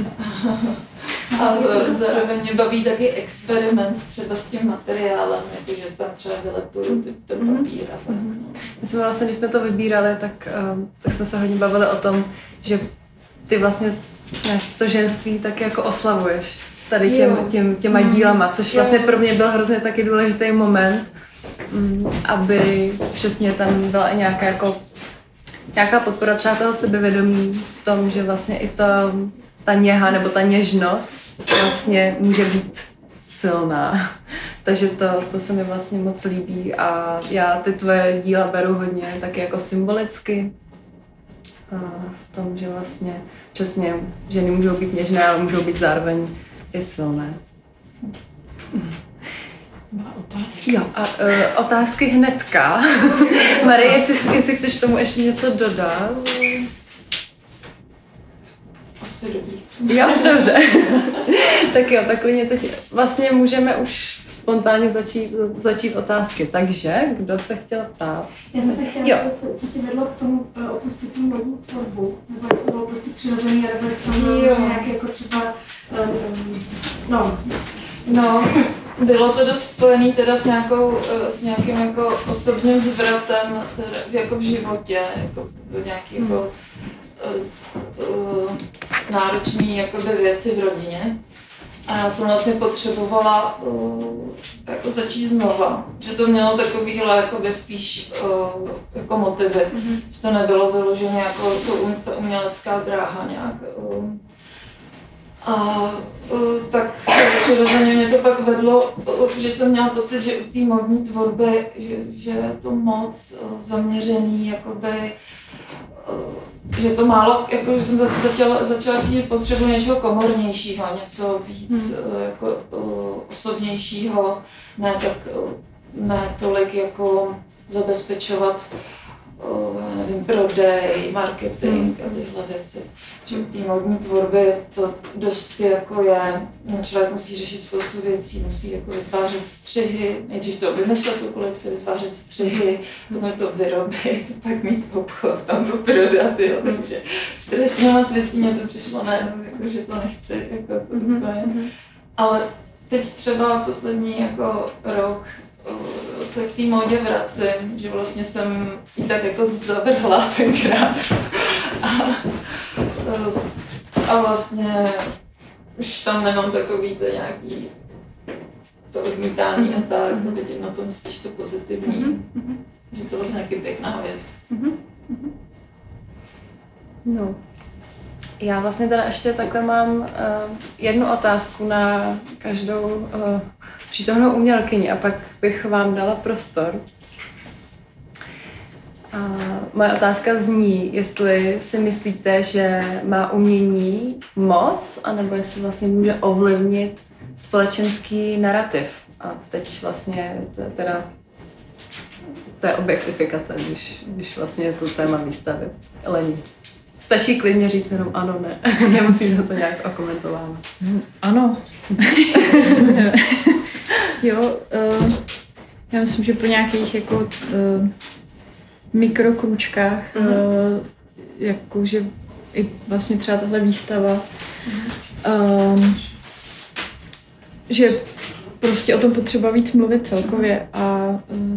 A zároveň mě baví taky experiment třeba s tím materiálem, jakože tam třeba vylepuju ten papír. My jsme vlastně, když jsme to vybírali, tak jsme se hodně bavili o tom, že ty vlastně to ženství tak jako oslavuješ tady těma dílama, což vlastně pro mě byl hrozně taky důležitý moment, aby přesně tam byla i nějaká podpora třeba toho sebevědomí v tom, že vlastně i ta něha nebo ta něžnost vlastně může být silná. Takže to se mi vlastně moc líbí a já ty tvoje díla beru hodně taky jako symbolicky. V tom, že vlastně přesně ženy můžou být něžné, ale můžou být zároveň i silné. Má otázky? Jo, a otázky hnedka. Marie, jestli chceš tomu ještě něco dodat? Asi dobrý. Jo, dobře. Tak jo, tak klidně teď vlastně můžeme už spontánně začít otázky. Takže, kdo se chtěl ptát? Já jsem se chtěla, co ti vedlo k tomu opustit tu modní tvorbu? Nebo jestli bylo prostě přirozený, nebo jestli tam bylo nějaké jako třeba, No, bylo to dost spojený teda s nějakým jako osobním zvratem teda jako v životě, jako nějaký jako náročný jakoby věci v rodině. A já jsem vlastně potřebovala jako začít znova, že to mělo takovýhle jakoby spíš jako motivy, že to nebylo vyloženě jako ta umělecká dráha nějak. Tak přirozeně mě to pak vedlo, že jsem měla pocit, že u té modní tvorby, že je to moc zaměřený, jakoby, že to málo, jako, že jsem začala cítit potřebu něčeho komornějšího, něco víc jako, osobnějšího, ne tolik jako zabezpečovat nevím, prodej, marketing a tyhle věci. Že u té modní tvorby to dost jako je, člověk musí řešit spoustu věcí, musí jako vytvářet střihy, nejdřív to vymyslet tu kolekci, vytvářet střihy, potom to vyrobit, pak mít obchod, tam to prodat, jo, takže strašně moc věcí mě to přišlo najednou, jako, že to nechci, jako to úplně. Ale teď třeba poslední jako rok se k té módě vracím, že vlastně jsem ji tak jako zavrhla tenkrát. A vlastně už tam nemám takový to nějaký to odmítání a tak, vidím na tom spíš to pozitivní, že to vlastně nějaký pěkná věc. No. Já vlastně teda ještě takhle mám jednu otázku na každou přítomnou umělkyni a pak bych vám dala prostor. Moje otázka zní, jestli si myslíte, že má umění moc, anebo jestli vlastně může ovlivnit společenský narrativ. A teď vlastně to je objektifikace, když vlastně je to téma výstavy. Lení. Stačí klidně říct jenom ano, ne. Nemusíme to nějak okomentovávat. Ano. Jo, já myslím, že po nějakých jako mikrokrůčkách, jakože i vlastně třeba tahle výstava, že prostě o tom potřeba víc mluvit celkově a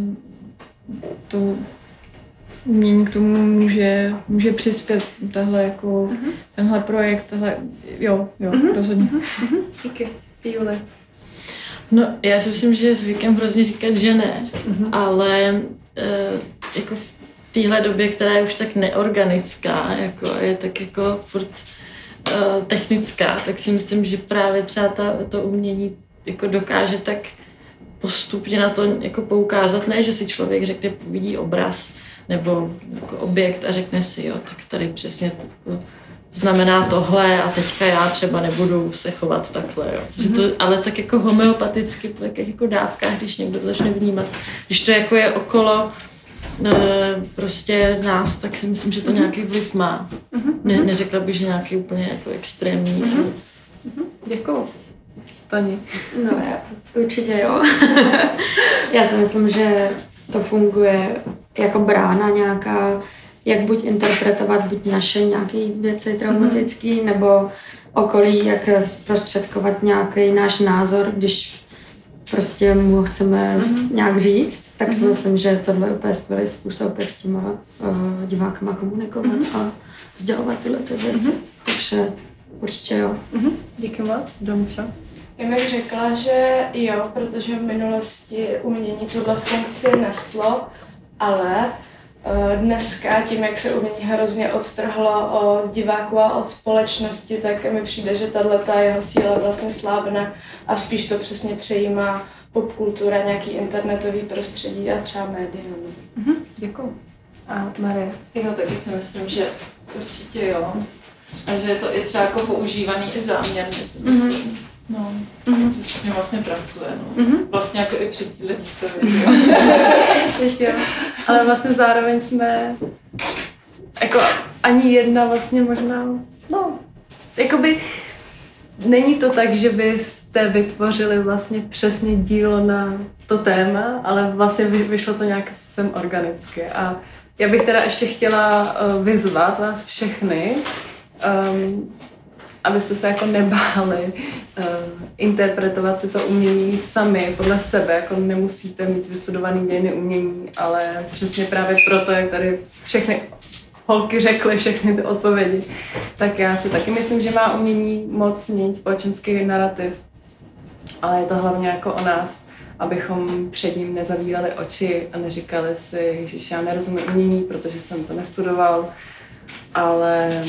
to umění k tomu může přispět tenhle projekt, rozhodně. Díky. Jule. No, já si myslím, že je zvykem hrozně říkat, že ne, ale jako v téhle době, která je už tak neorganická, jako je tak jako furt technická, tak si myslím, že právě třeba to umění jako dokáže tak postupně na to jako poukázat, ne, že si člověk řekne, vidí obraz nebo jako objekt a řekne si, jo, tak tady přesně jako znamená tohle a teďka já třeba nebudu se chovat takhle, jo. Že to, ale tak jako homeopaticky, po takých jako dávkách, když někdo začne vnímat, když to jako je okolo prostě nás, tak si myslím, že to nějaký vliv má. Neřekla bych, že nějaký úplně jako extrémní. Děkuju. Tani. No, určitě jo. Já si myslím, že to funguje jako brána nějaká, jak buď interpretovat buď naše nějaké věci traumatické, nebo okolí, jak zprostředkovat nějaký náš názor, když prostě mu chceme nějak říct, tak si myslím, že tohle je úplně skvělý způsob, jak s těma divákama komunikovat a sdělovat tyhle ty věci. Takže určitě jo. Díky moc. Domča. Já bych řekla, že jo, protože v minulosti umění tuhle funkci neslo, ale dneska tím, jak se umění hrozně odtrhlo od diváků a od společnosti, tak mi přijde, že tato jeho síla vlastně slábne a spíš to přesně přejímá popkultura, nějaký internetový prostředí a třeba média. Děkuju. A Marie? Jo, taky si myslím, že určitě jo. A že je to i třeba jako používaný i záměrně, si myslím. No, že se s tím vlastně pracuje, no. Vlastně jako i při téhle výstavě, Jo. Ale vlastně zároveň jsme jako ani jedna vlastně možná, no, jakoby není to tak, že byste vytvořili vlastně přesně dílo na to téma, ale vlastně vyšlo to nějakým způsobem organicky. A já bych teda ještě chtěla vyzvat vás všechny, abyste se jako nebáli interpretovat si to umění sami, podle sebe, jako nemusíte mít vystudovaný dějiny umění, ale přesně právě proto, jak tady všechny holky řekly všechny ty odpovědi, tak já si taky myslím, že má umění moc měnit společenský narrativ, ale je to hlavně jako o nás, abychom před ním nezavírali oči a neříkali si, ježiš, já nerozumím umění, protože jsem to nestudoval, ale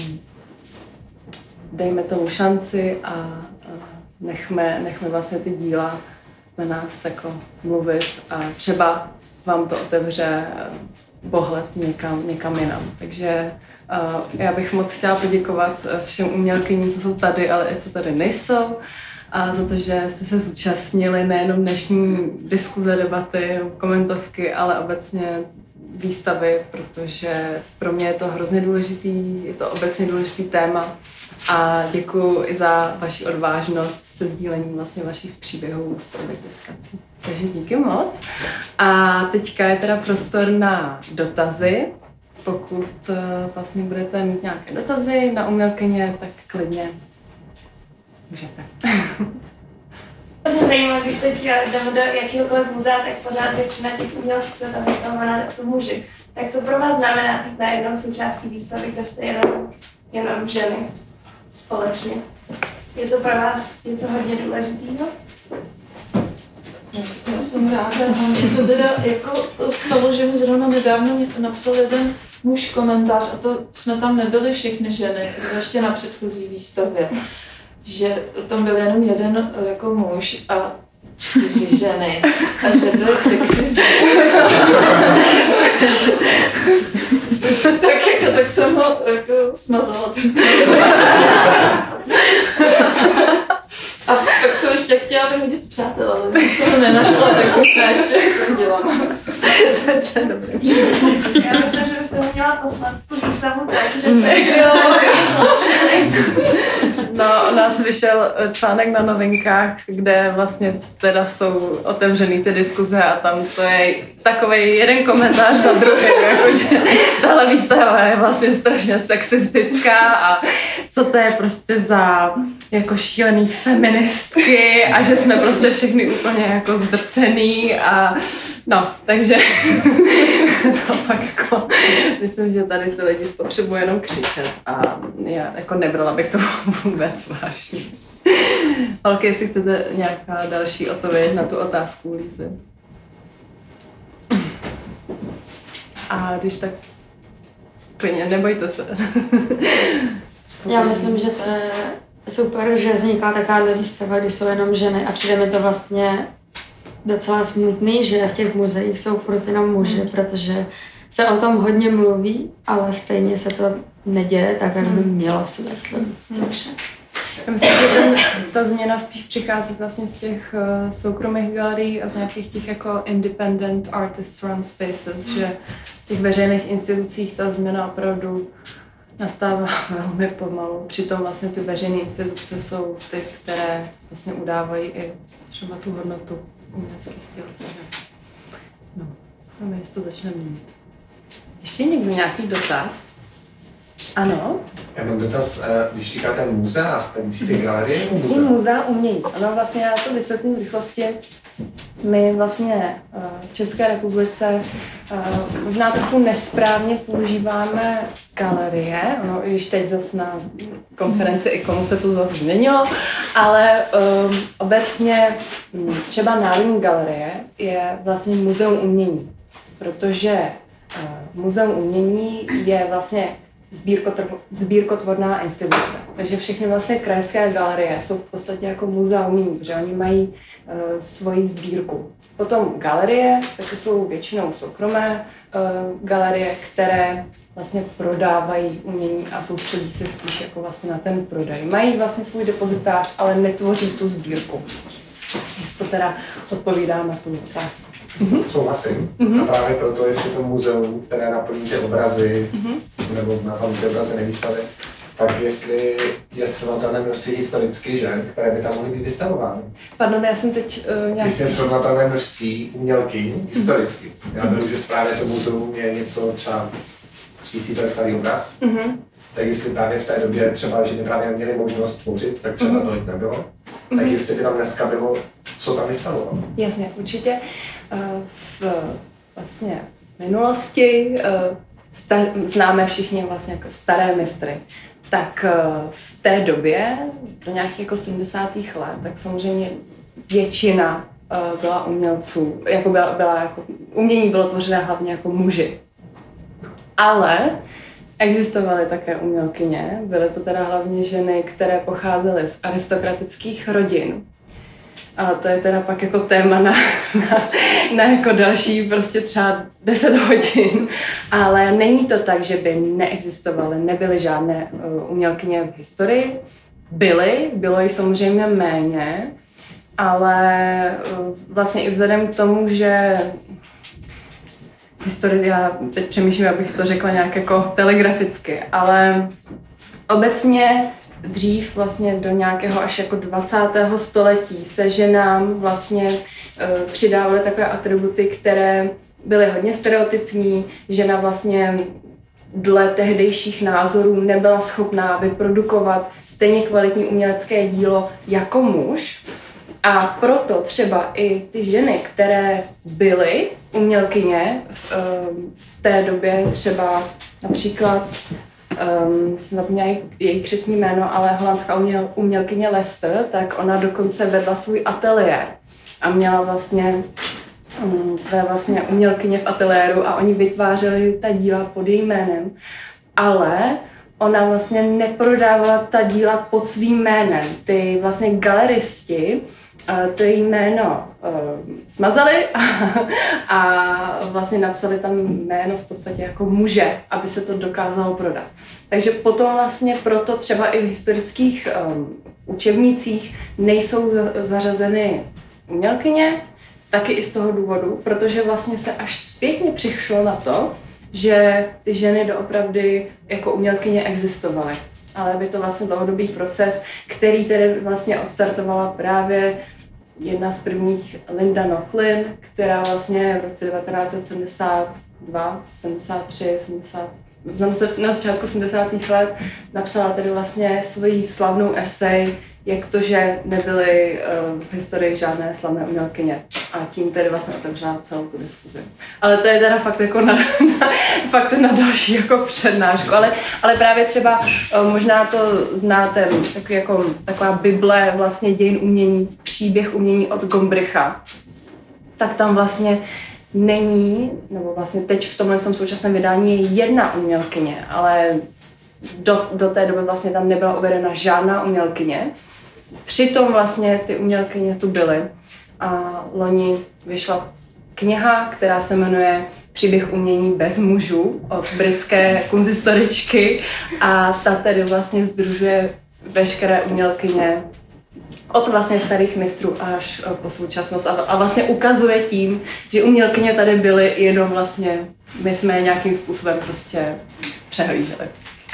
dejme tomu šanci a nechme vlastně ty díla na nás jako mluvit a třeba vám to otevře pohled někam jinam. Takže já bych moc chtěla poděkovat všem umělkyním, co jsou tady, ale i co tady nejsou, a za to, že jste se zúčastnili nejenom dnešní diskuze, debaty, komentovky, ale obecně výstavy, protože pro mě je to hrozně důležitý, je to obecně důležitý téma a děkuji i za vaši odvážnost se sdílením vlastně vašich příběhů s objektifikací. Takže díky moc. A teďka je teda prostor na dotazy. Pokud vlastně budete mít nějaké dotazy na umělkyně, tak klidně můžete. To mě zajímá, když teď jdeme do jakýhokoliv muzea, tak pořád většina těch umělců, co tam vystavovaná, tak jsou muži. Tak co pro vás znamená být najednou součástí výstavy, kde jste jenom ženy společně? Je to pro vás něco hodně důležitého? Já jsem ráda. A mně se teda jako stalo, že mi zrovna nedávno napsal jeden muž komentář, a to jsme tam nebyli všechny ženy, to bylo ještě na předchozí výstavě, že tam byl jenom jeden jako muž a 4 ženy a že to je sexismus. tak jsem ho jako smazala. A pak jsem ještě chtěla vyhodit z přátel, ale jsem ho nenašla, tak možná ještě jako dělám. To je dobré. Já myslím, že byste mu měla poslat tu výstavu tak, že se No, u nás vyšel článek na Novinkách, kde vlastně teda jsou otevřený ty diskuze a tam to je takovej jeden komentář za druhým, jakože tahle výstava je vlastně strašně sexistická a co to je prostě za jako šílený feministky a že jsme prostě všechny úplně jako zdrcený a no, takže to pak jako, myslím, že tady ty lidi potřebují jenom křičet a já jako nebrala bych to vůbec vážně. Holky, jestli chcete nějaká další odpověď na tu otázku, Lízy. A když tak klidně, nebojte se. Já myslím, že to je super, že vzniká taková výstava, kdy jsou jenom ženy a přijde mi to vlastně docela smutný, že v těch muzeích jsou furt jenom muži, protože se o tom hodně mluví, ale stejně se to neděje tak, jak by mělo, si myslím. Takže. Já myslím, že ta změna spíš přichází vlastně z těch soukromých galerií a z nějakých těch jako independent artist run spaces, že v těch veřejných institucích ta změna opravdu nastává velmi pomalu. Přitom vlastně ty veřejné instituce jsou ty, které vlastně udávají i třeba tu hodnotu uměleckých děl. No, a jestli to začne měnit. Ještě někdo nějaký dotaz? Ano? Já mám dotaz, když říkáte muzea, tak myslíte galerie? Myslím muzea umění. Ano, vlastně já to vysvětlím v rychlosti. My vlastně v České republice možná trochu nesprávně používáme galerie, no, když teď zase na konferenci ICOMu se to zase změnilo, ale obecně třeba Národní galerie je vlastně muzeum umění, protože muzeum umění je vlastně sbírkotvorná instituce. Takže všechny vlastně krajské galerie jsou v podstatě jako muzea umění, protože oni mají svoji sbírku. Potom galerie, takže jsou většinou soukromé galerie, které vlastně prodávají umění a soustředí se spíš jako vlastně na ten prodej. Mají vlastně svůj depozitář, ale netvoří tu sbírku. Jestli to teda odpovídá na tu otázku. Souhlasím. A právě proto, jestli to muzeum, které naplní ty obrazy, nebo naplní ty obrazy nevýstavy, tak jestli je srovnatelné množství historicky žen, které by tam mohly být vystavovány. Pardon, já jsem teď nějaký... Jestli je srovnatelné množství umělkyň historicky. Já vím, že právě to muzeum je něco třeba 1000 let starý obraz, tak jestli právě v té době třeba ženy právě neměly možnost tvořit, tak třeba tolik nebylo. Tak jestli by tam dneska bylo, co tam vystavovat. Jasně, určitě. V vlastně minulosti známe všichni vlastně jako staré mistry. Tak v té době, do nějakých jako 70. let, tak samozřejmě většina byla umělců, jako byla jako, umění bylo tvořené hlavně jako muži. Ale existovaly také umělkyně, byly to teda hlavně ženy, které pocházely z aristokratických rodin. A to je teda pak jako téma na jako další prostě třeba 10 hodin. Ale není to tak, že by nebyly žádné umělkyně v historii. Bylo jich samozřejmě méně, ale vlastně i vzhledem k tomu, že historie, já teď přemýšlím, abych to řekla nějak jako telegraficky, ale obecně dřív vlastně do nějakého až jako 20. století se ženám vlastně přidávaly takové atributy, které byly hodně stereotypní. Žena vlastně dle tehdejších názorů nebyla schopná vyprodukovat stejně kvalitní umělecké dílo jako muž. A proto třeba i ty ženy, které byly umělkyně v té době, třeba například jsem zapomněla její křestní jméno, ale holandská umělkyně Lester, tak ona dokonce vedla svůj ateliér a měla vlastně své vlastně umělkyně v ateliéru a oni vytvářeli ta díla pod jejím jménem, ale ona vlastně neprodávala ta díla pod svým jménem. Ty vlastně galeristi to její jméno smazali a vlastně napsali tam jméno v podstatě jako muže, aby se to dokázalo prodat. Takže potom vlastně proto třeba i v historických učebnicích nejsou zařazeny umělkyně, taky i z toho důvodu, protože vlastně se až zpětně přišlo na to, že ty ženy doopravdy jako umělkyně existovaly. Ale by to vlastně dlouhodobý proces, který tedy vlastně odstartovala právě jedna z prvních Linda Nochlin, která vlastně v roce 1972, 73, 70, na začátku 70. let napsala tedy vlastně svoji slavnou esej, jak to, že nebyly v historii žádné slavné umělkyně. A tím tedy vlastně otevřela celou tu diskuzi. Ale to je teda fakt jako fakt na další jako přednášku. Ale právě třeba možná to znáte, taková bible vlastně dějin umění, příběh umění od Gombricha. Tak tam vlastně není, nebo vlastně teď v tomhle současném vydání je jedna umělkyně, ale do té doby vlastně tam nebyla uvedena žádná umělkyně. Přitom vlastně ty umělkyně tu byly. A loni vyšla kniha, která se jmenuje Příběh umění bez mužů od britské kunsthistoričky a ta tedy vlastně sdružuje veškeré umělkyně od vlastně starých mistrů až po současnost a vlastně ukazuje tím, že umělkyně tady byly, jenom vlastně my jsme je nějakým způsobem prostě přehlíželi.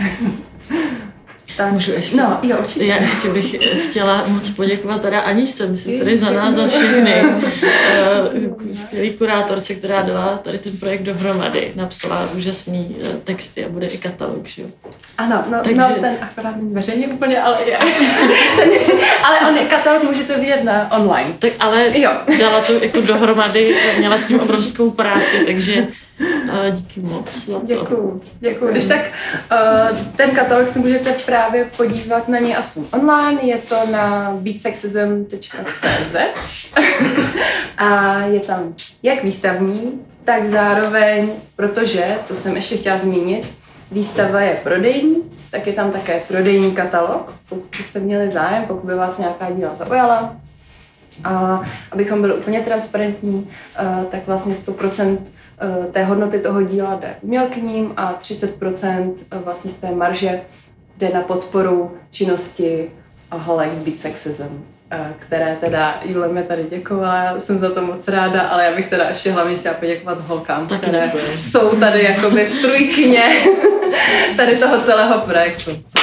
Tak. Můžu ještě? No, jo, určitě. Já ještě bych chtěla moc poděkovat teda Aničce, myslím tady za nás, za všechny. Skvělý kurátorce, která dala tady ten projekt dohromady, napsala úžasný texty a bude i katalog, že jo? Ano, takže... ten akorát není veřejně úplně, ale je. Ale katalog můžete vidět online. Tak ale jo. Dala to jako dohromady, měla s tím obrovskou práci, takže díky moc za to. Děkuju. Když tak ten katalog si můžete právě podívat na něj aspoň online, je to na beatsexism.cz a je tam jak výstavní, tak zároveň, protože, to jsem ještě chtěla zmínit, výstava je prodejní, tak je tam také prodejní katalog, pokud byste měli zájem, pokud by vás nějaká díla zaujala. A abychom byli úplně transparentní, tak vlastně 100% té hodnoty toho díla jde umělkyním a 30% vlastně té marže jde na podporu činnosti holek z Beat Sexism, které teda Jule mi tady děkovala, já jsem za to moc ráda, ale já bych teda ještě hlavně chtěla poděkovat holkám, které jsou tady jakoby strůjkyně tady toho celého projektu.